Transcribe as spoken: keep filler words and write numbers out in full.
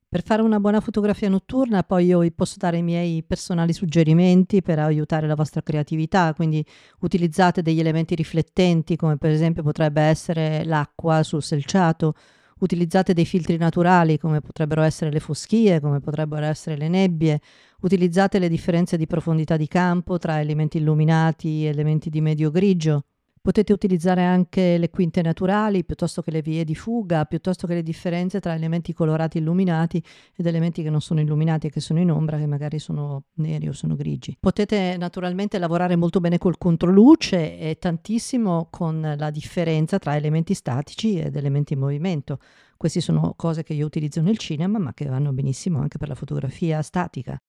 Per fare una buona fotografia notturna poi io vi posso dare i miei personali suggerimenti per aiutare la vostra creatività, quindi utilizzate degli elementi riflettenti come per esempio potrebbe essere l'acqua sul selciato, utilizzate dei filtri naturali come potrebbero essere le foschie, come potrebbero essere le nebbie, utilizzate le differenze di profondità di campo tra elementi illuminati e elementi di medio grigio. Potete utilizzare anche le quinte naturali piuttosto che le vie di fuga, piuttosto che le differenze tra elementi colorati illuminati ed elementi che non sono illuminati e che sono in ombra, che magari sono neri o sono grigi. Potete naturalmente lavorare molto bene col controluce e tantissimo con la differenza tra elementi statici ed elementi in movimento. Queste sono cose che io utilizzo nel cinema, ma che vanno benissimo anche per la fotografia statica.